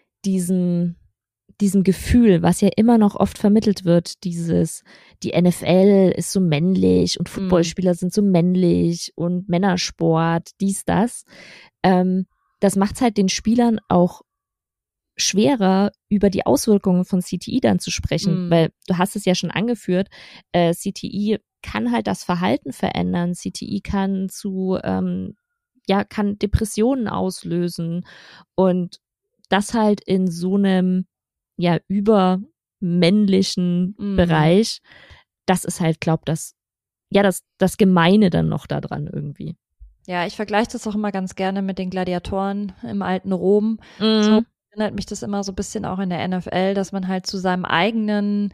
diesem diesem Gefühl, was ja immer noch oft vermittelt wird, dieses, die N F L ist so männlich und Footballspieler mm. sind so männlich und Männersport, dies, das. Ähm, das macht es halt den Spielern auch schwerer, über die Auswirkungen von C T I dann zu sprechen, mm. weil du hast es ja schon angeführt, äh, C T I kann halt das Verhalten verändern, C T I kann zu, ähm, ja, kann Depressionen auslösen und das halt in so einem ja, über männlichen Mhm. Bereich. Das ist halt, glaub, das, ja, das, das Gemeine dann noch da dran irgendwie. Ja, ich vergleiche das auch immer ganz gerne mit den Gladiatoren im alten Rom. Mhm. So erinnert mich das immer so ein bisschen auch in der N F L, dass man halt zu seinem eigenen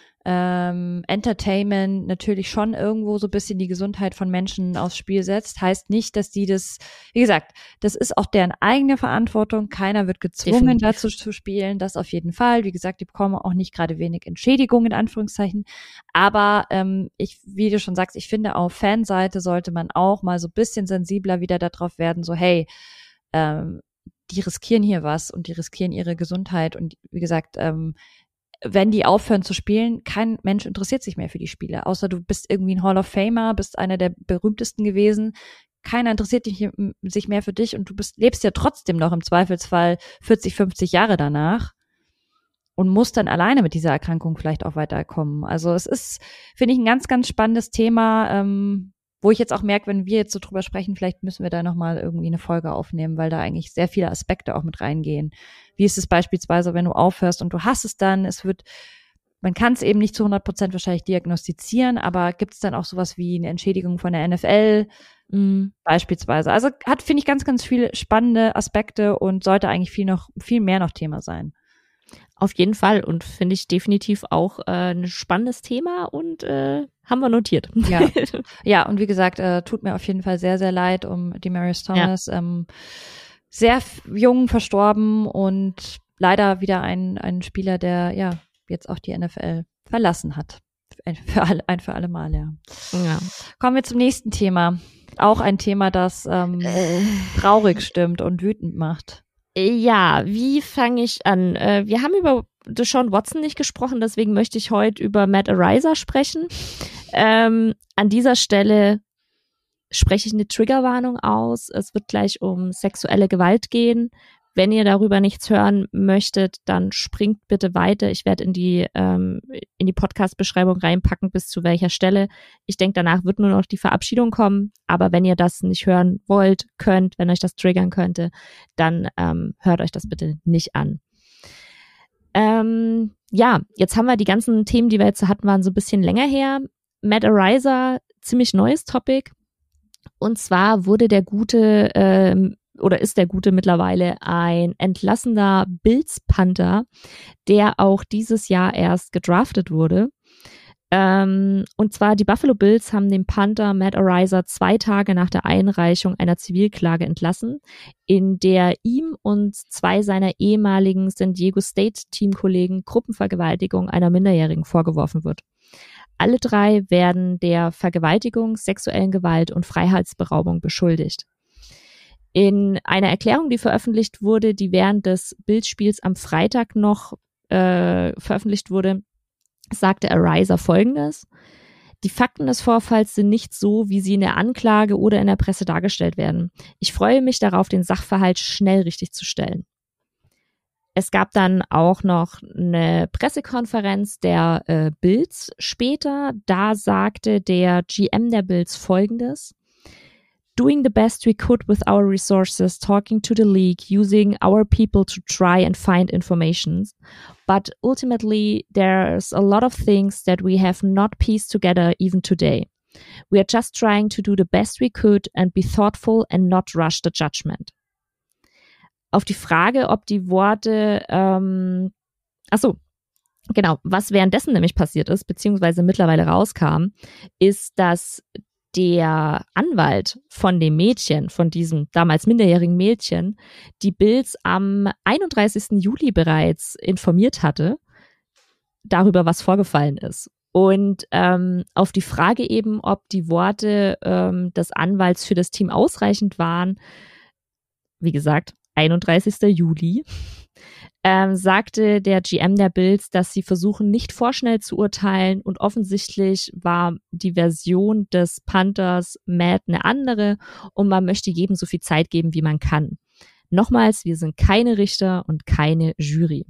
ähm, Entertainment natürlich schon irgendwo so ein bisschen die Gesundheit von Menschen aufs Spiel setzt. Heißt nicht, dass die das, wie gesagt, das ist auch deren eigene Verantwortung. Keiner wird gezwungen, Definitiv. dazu zu spielen. Das auf jeden Fall. Wie gesagt, die bekommen auch nicht gerade wenig Entschädigung, in Anführungszeichen. Aber ähm, ich, wie du schon sagst, ich finde, auf Fanseite sollte man auch mal so ein bisschen sensibler wieder darauf werden, so hey, ähm, die riskieren hier was und die riskieren ihre Gesundheit. Und wie gesagt, ähm, wenn die aufhören zu spielen, kein Mensch interessiert sich mehr für die Spiele, außer du bist irgendwie ein Hall of Famer, bist einer der berühmtesten gewesen. Keiner interessiert dich, sich mehr für dich und du bist, lebst ja trotzdem noch im Zweifelsfall vierzig, fünfzig Jahre danach und musst dann alleine mit dieser Erkrankung vielleicht auch weiterkommen. Also es ist, finde ich, ein ganz, ganz spannendes Thema, ähm, wo ich jetzt auch merke, wenn wir jetzt so drüber sprechen, vielleicht müssen wir da nochmal irgendwie eine Folge aufnehmen, weil da eigentlich sehr viele Aspekte auch mit reingehen. Wie ist es beispielsweise, wenn du aufhörst und du hast es dann, es wird, man kann es eben nicht zu hundert Prozent wahrscheinlich diagnostizieren, aber gibt es dann auch sowas wie eine Entschädigung von der N F L Mhm. beispielsweise? Also hat, finde ich, ganz, ganz viele spannende Aspekte und sollte eigentlich viel noch, viel mehr noch Thema sein. Auf jeden Fall und finde ich definitiv auch äh, ein spannendes Thema und äh, haben wir notiert. Ja, ja, und wie gesagt, äh, tut mir auf jeden Fall sehr, sehr leid um Demaryius Thomas. Ja. Ähm, sehr f- jung verstorben und leider wieder ein, ein Spieler, der ja jetzt auch die N F L verlassen hat. Ein für alle, ein für alle Mal, ja. Ja. Kommen wir zum nächsten Thema. Auch ein Thema, das ähm, Äh. traurig stimmt und wütend macht. Ja, wie fange ich an? Äh, wir haben über Deshaun Watson nicht gesprochen, deswegen möchte ich heute über Matt Araiza sprechen. Ähm, an dieser Stelle spreche ich eine Triggerwarnung aus. Es wird gleich um sexuelle Gewalt gehen. Wenn ihr darüber nichts hören möchtet, dann springt bitte weiter. Ich werde in die ähm, in die Podcast-Beschreibung reinpacken, bis zu welcher Stelle. Ich denke, danach wird nur noch die Verabschiedung kommen. Aber wenn ihr das nicht hören wollt, könnt, wenn euch das triggern könnte, dann ähm, hört euch das bitte nicht an. Ähm, ja, jetzt haben wir die ganzen Themen, die wir jetzt hatten, waren so ein bisschen länger her. Matt Araiza, ziemlich neues Topic. Und zwar wurde der Gute ähm, oder ist der Gute mittlerweile ein entlassener Bills-Panther, der auch dieses Jahr erst gedraftet wurde. Ähm, und zwar die Buffalo Bills haben den Panther Matt Araiza zwei Tage nach der Einreichung einer Zivilklage entlassen, in der ihm und zwei seiner ehemaligen San Diego State-Teamkollegen Gruppenvergewaltigung einer Minderjährigen vorgeworfen wird. Alle drei werden der Vergewaltigung, sexuellen Gewalt und Freiheitsberaubung beschuldigt. In einer Erklärung, die veröffentlicht wurde, die während des Bills-Spiels am Freitag noch äh, veröffentlicht wurde, sagte Araiza Folgendes: Die Fakten des Vorfalls sind nicht so, wie sie in der Anklage oder in der Presse dargestellt werden. Ich freue mich darauf, den Sachverhalt schnell richtig zu stellen. Es gab dann auch noch eine Pressekonferenz der äh, Bills später. Da sagte der G M der Bills Folgendes: Doing the best we could with our resources, talking to the league, using our people to try and find information. But ultimately, there's a lot of things that we have not pieced together even today. We are just trying to do the best we could and be thoughtful and not rush the judgment. Auf die Frage, ob die Worte, ähm, ach so, genau, was währenddessen nämlich passiert ist, beziehungsweise mittlerweile rauskam, ist, dass der Anwalt von dem Mädchen, von diesem damals minderjährigen Mädchen, die Bills am einunddreißigsten Juli bereits informiert hatte darüber, was vorgefallen ist. Und ähm, auf die Frage eben, ob die Worte ähm, des Anwalts für das Team ausreichend waren, wie gesagt, einunddreißigsten Juli, ähm, sagte der G M der Bills, dass sie versuchen, nicht vorschnell zu urteilen, und offensichtlich war die Version des Panthers Matt eine andere und man möchte jedem so viel Zeit geben, wie man kann. Nochmals, wir sind keine Richter und keine Jury.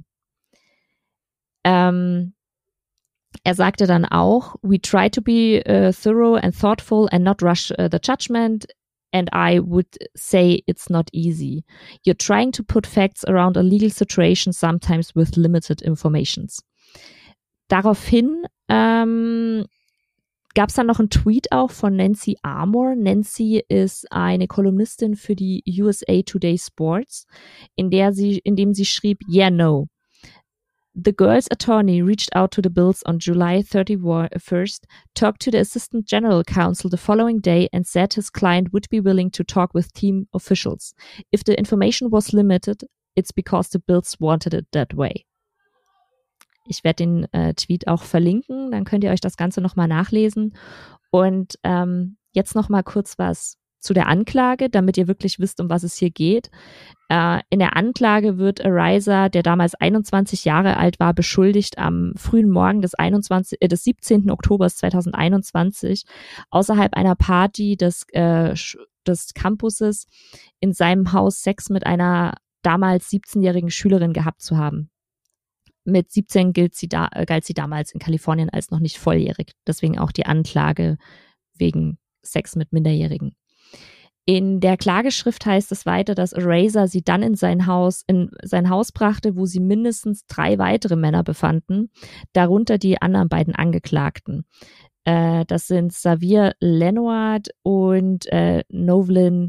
Ähm, er sagte dann auch: We try to be uh, thorough and thoughtful and not rush uh, the judgment. And I would say it's not easy. You're trying to put facts around a legal situation, sometimes with limited informations. daraufhin ähm, gab es dann noch einen Tweet auch von Nancy Armour. Nancy ist eine Kolumnistin für die U S A Today Sports, in der sie, in dem sie schrieb, "Yeah, no. The girl's attorney reached out to the Bills on July thirty-first, talked to the Assistant General Counsel the following day and said his client would be willing to talk with team officials. If the information was limited, it's because the Bills wanted it that way." Ich werde den äh, Tweet auch verlinken, dann könnt ihr euch das Ganze nochmal nachlesen. Und ähm, jetzt nochmal kurz was zu der Anklage, damit ihr wirklich wisst, um was es hier geht. Äh, in der Anklage wird Araiza, der damals einundzwanzig Jahre alt war, beschuldigt, am frühen Morgen des, einundzwanzigsten Äh, des siebzehnten Oktober zweitausendeinundzwanzig außerhalb einer Party des, äh, des Campuses in seinem Haus Sex mit einer damals siebzehnjährigen Schülerin gehabt zu haben. Mit siebzehn gilt sie da, äh, galt sie damals in Kalifornien als noch nicht volljährig. Deswegen auch die Anklage wegen Sex mit Minderjährigen. In der Klageschrift heißt es weiter, dass Araiza sie dann in sein Haus, in sein Haus brachte, wo sie mindestens drei weitere Männer befanden, darunter die anderen beiden Angeklagten. Äh, das sind Xavier Lenoir und äh, Novlin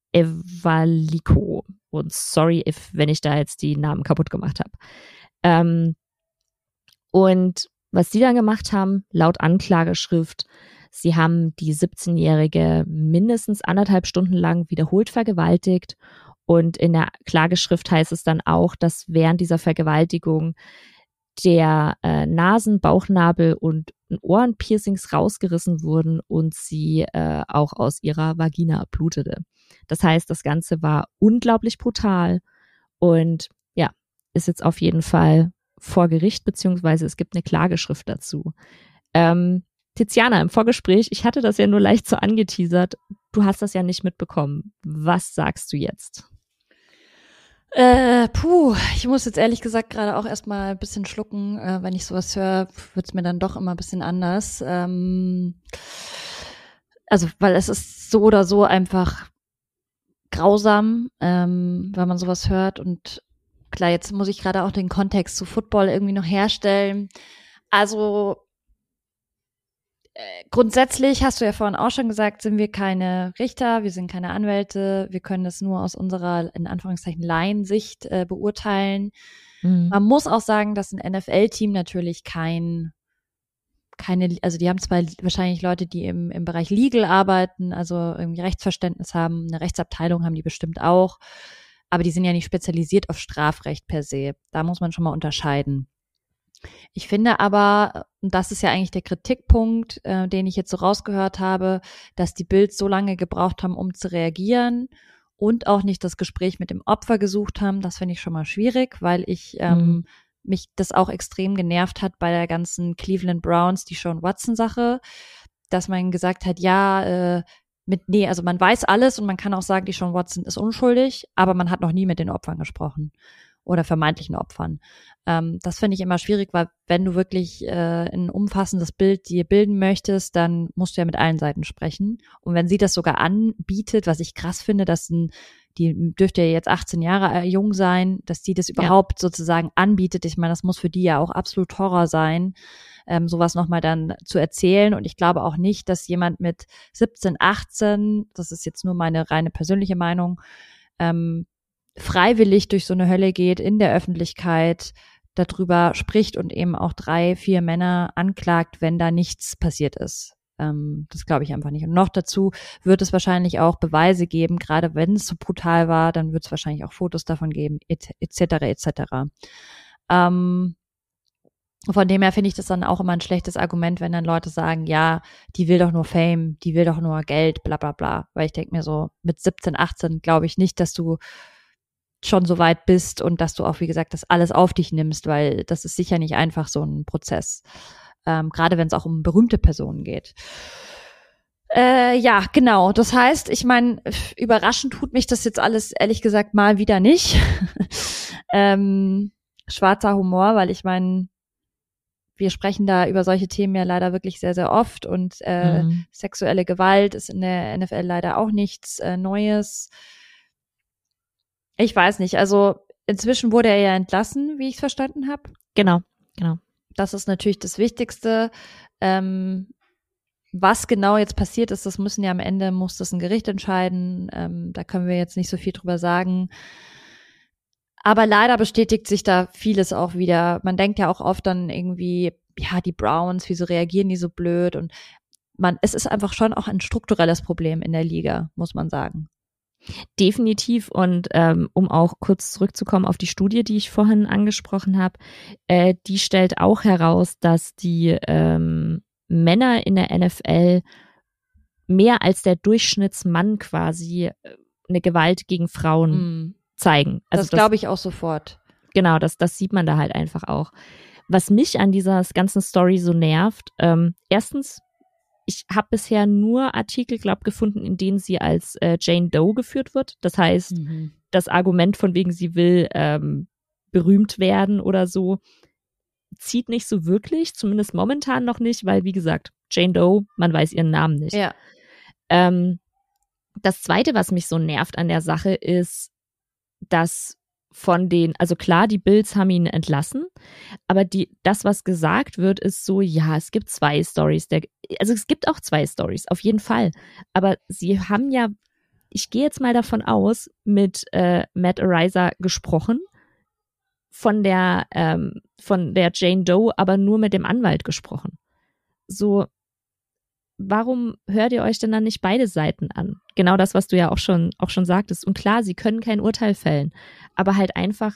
Evalico. Und sorry, if, wenn ich da jetzt die Namen kaputt gemacht habe. Ähm, und was sie dann gemacht haben, laut Anklageschrift, sie haben die siebzehnjährige mindestens anderthalb Stunden lang wiederholt vergewaltigt. Und in der Klageschrift heißt es dann auch, dass während dieser Vergewaltigung der äh, Nasen-, Bauchnabel- und Ohrenpiercings rausgerissen wurden und sie äh, auch aus ihrer Vagina blutete. Das heißt, das Ganze war unglaublich brutal und ja, ist jetzt auf jeden Fall vor Gericht, beziehungsweise es gibt eine Klageschrift dazu. Ähm, Tiziana, im Vorgespräch, ich hatte das ja nur leicht so angeteasert, du hast das ja nicht mitbekommen. Was sagst du jetzt? Äh, puh, ich muss jetzt ehrlich gesagt gerade auch erstmal ein bisschen schlucken. Äh, wenn ich sowas höre, wird's mir dann doch immer ein bisschen anders. Ähm, also, weil es ist so oder so einfach grausam, ähm, wenn man sowas hört. Und klar, jetzt muss ich gerade auch den Kontext zu Football irgendwie noch herstellen. Also äh, grundsätzlich, hast du ja vorhin auch schon gesagt, sind wir keine Richter, wir sind keine Anwälte, wir können das nur aus unserer, in Anführungszeichen, Laiensicht äh, beurteilen. Mhm. Man muss auch sagen, dass ein N F L-Team natürlich kein keine, also die haben zwar wahrscheinlich Leute, die im, im Bereich Legal arbeiten, also irgendwie Rechtsverständnis haben, eine Rechtsabteilung haben die bestimmt auch, aber die sind ja nicht spezialisiert auf Strafrecht per se. Da muss man schon mal unterscheiden. Ich finde aber, und das ist ja eigentlich der Kritikpunkt, äh, den ich jetzt so rausgehört habe, dass die Bills so lange gebraucht haben, um zu reagieren und auch nicht das Gespräch mit dem Opfer gesucht haben. Das finde ich schon mal schwierig, weil ich ähm, mhm. mich das auch extrem genervt hat bei der ganzen Cleveland Browns, die Sean Watson-Sache, dass man gesagt hat, ja, äh, mit, nee, also man weiß alles und man kann auch sagen, die Sean Watson ist unschuldig, aber man hat noch nie mit den Opfern gesprochen oder vermeintlichen Opfern. Ähm, das finde ich immer schwierig, weil wenn du wirklich äh, ein umfassendes Bild dir bilden möchtest, dann musst du ja mit allen Seiten sprechen. Und wenn sie das sogar anbietet, was ich krass finde, dass ein, die dürfte ja jetzt achtzehn Jahre jung sein, dass die das überhaupt ja. sozusagen anbietet. Ich meine, das muss für die ja auch absolut Horror sein, ähm, sowas nochmal dann zu erzählen. Und ich glaube auch nicht, dass jemand mit siebzehn, achtzehn, das ist jetzt nur meine reine persönliche Meinung, ähm, freiwillig durch so eine Hölle geht, in der Öffentlichkeit darüber spricht und eben auch drei, vier Männer anklagt, wenn da nichts passiert ist. Ähm, das glaube ich einfach nicht. Und noch dazu wird es wahrscheinlich auch Beweise geben, gerade wenn es so brutal war, dann wird es wahrscheinlich auch Fotos davon geben, et cetera et cetera. Ähm, von dem her finde ich das dann auch immer ein schlechtes Argument, wenn dann Leute sagen, ja, die will doch nur Fame, die will doch nur Geld, bla bla bla. Weil ich denke mir so, mit siebzehn, achtzehn glaube ich nicht, dass du schon so weit bist und dass du auch, wie gesagt, das alles auf dich nimmst, weil das ist sicher nicht einfach so ein Prozess. Ähm, gerade wenn es auch um berühmte Personen geht. Äh, ja, genau. Das heißt, ich meine, überraschend tut mich das jetzt alles, ehrlich gesagt, mal wieder nicht. ähm, schwarzer Humor, weil ich meine, wir sprechen da über solche Themen ja leider wirklich sehr, sehr oft und äh, mhm. sexuelle Gewalt ist in der N F L leider auch nichts äh, Neues. Ich weiß nicht, also inzwischen wurde er ja entlassen, wie ich es verstanden habe. Genau, genau. Das ist natürlich das Wichtigste. Ähm, was genau jetzt passiert ist, das müssen ja am Ende, muss das ein Gericht entscheiden. Ähm, da können wir jetzt nicht so viel drüber sagen. Aber leider bestätigt sich da vieles auch wieder. Man denkt ja auch oft dann irgendwie, ja, die Browns, wieso reagieren die so blöd? Und man, es ist einfach schon auch ein strukturelles Problem in der Liga, muss man sagen. Definitiv. Und ähm, um auch kurz zurückzukommen auf die Studie, die ich vorhin angesprochen habe, äh, die stellt auch heraus, dass die ähm, Männer in der N F L mehr als der Durchschnittsmann quasi eine Gewalt gegen Frauen mm. zeigen. Also das, das glaube ich auch sofort. Genau, das, das sieht man da halt einfach auch. Was mich an dieser ganzen Story so nervt, ähm, erstens, ich habe bisher nur Artikel, glaube gefunden, in denen sie als äh, Jane Doe geführt wird. Das heißt, mhm. das Argument von wegen, sie will ähm, berühmt werden oder so, zieht nicht so wirklich, zumindest momentan noch nicht, weil, wie gesagt, Jane Doe, man weiß ihren Namen nicht. Ja. Ähm, das Zweite, was mich so nervt an der Sache, ist, dass von den, also klar, die Bills haben ihn entlassen, aber die, das, was gesagt wird, ist so, ja, es gibt zwei Storys, der, also es gibt auch zwei Storys, auf jeden Fall, aber sie haben ja, ich gehe jetzt mal davon aus, mit äh, Matt Araiza gesprochen, von der, ähm, von der Jane Doe, aber nur mit dem Anwalt gesprochen. So, warum hört ihr euch denn dann nicht beide Seiten an? Genau das, was du ja auch schon, auch schon sagtest. Und klar, sie können kein Urteil fällen, aber halt einfach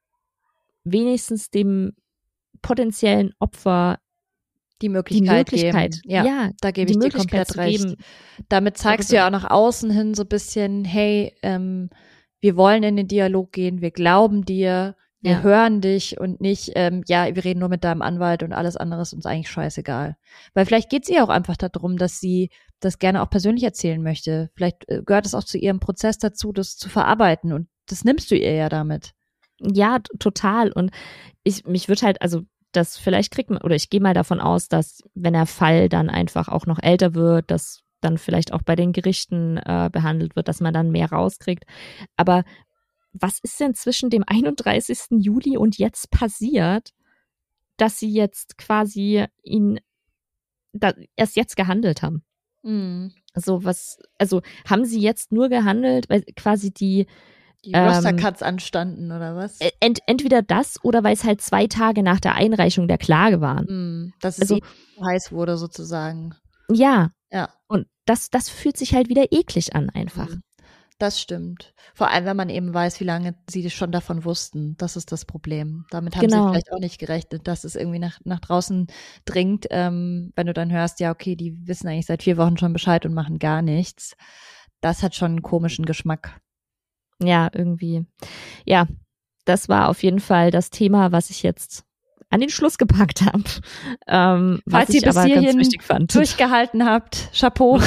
wenigstens dem potenziellen Opfer die Möglichkeit, die Möglichkeit geben. Ja, ja, da gebe ich dir komplett recht. Geben. Damit zeigst du ja auch nach außen hin so ein bisschen, hey, ähm, wir wollen in den Dialog gehen, wir glauben dir, wir ja. hören dich und nicht, ähm, ja, wir reden nur mit deinem Anwalt und alles andere ist uns eigentlich scheißegal. Weil vielleicht geht es ihr auch einfach darum, dass sie das gerne auch persönlich erzählen möchte. Vielleicht äh, gehört es auch zu ihrem Prozess dazu, das zu verarbeiten und das nimmst du ihr ja damit. Ja, t- total. Und ich, mich wird halt, also das vielleicht kriegt man, oder ich gehe mal davon aus, dass wenn der Fall dann einfach auch noch älter wird, dass dann vielleicht auch bei den Gerichten äh, behandelt wird, dass man dann mehr rauskriegt. Aber was ist denn zwischen dem einunddreißigsten Juli und jetzt passiert, dass sie jetzt quasi ihn da, erst jetzt gehandelt haben? Mhm. Also was, also haben sie jetzt nur gehandelt, weil quasi die Die Roster-Cuts ähm, anstanden, oder was? Ent, entweder das oder weil es halt zwei Tage nach der Einreichung der Klage waren. Mhm. Dass es also, eh heiß wurde, sozusagen. Ja. Ja. Und das, das fühlt sich halt wieder eklig an, einfach. Mhm. Das stimmt. Vor allem, wenn man eben weiß, wie lange sie schon davon wussten. Das ist das Problem. Damit haben genau. sie vielleicht auch nicht gerechnet, dass es irgendwie nach, nach draußen dringt. Ähm, wenn du dann hörst, ja, okay, die wissen eigentlich seit vier Wochen schon Bescheid und machen gar nichts. Das hat schon einen komischen Geschmack. Ja, irgendwie. Ja, das war auf jeden Fall das Thema, was ich jetzt an den Schluss gepackt habe. Ähm, Falls was ihr ich bis aber hierhin ganz wichtig fand. durchgehalten habt, Chapeau.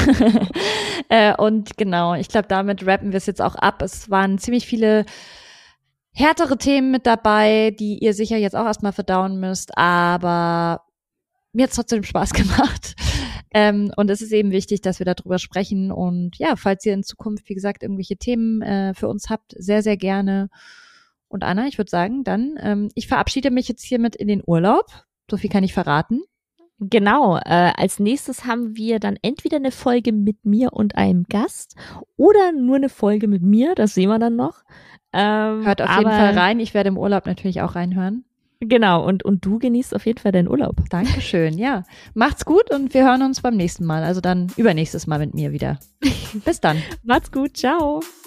äh, und genau, ich glaube, damit rappen wir es jetzt auch ab. Es waren ziemlich viele härtere Themen mit dabei, die ihr sicher jetzt auch erstmal verdauen müsst, aber mir hat es trotzdem Spaß gemacht. Ähm, und es ist eben wichtig, dass wir darüber sprechen. Und ja, falls ihr in Zukunft, wie gesagt, irgendwelche Themen äh, für uns habt, sehr, sehr gerne. Und Anna, ich würde sagen, dann, ähm, ich verabschiede mich jetzt hiermit in den Urlaub. So viel kann ich verraten. Genau, äh, als nächstes haben wir dann entweder eine Folge mit mir und einem Gast oder nur eine Folge mit mir, das sehen wir dann noch. Ähm, Hört auf aber, jeden Fall rein, ich werde im Urlaub natürlich auch reinhören. Genau, und, und du genießt auf jeden Fall deinen Urlaub. Dankeschön, ja. Macht's gut und wir hören uns beim nächsten Mal, also dann übernächstes Mal mit mir wieder. Bis dann. Macht's gut, ciao.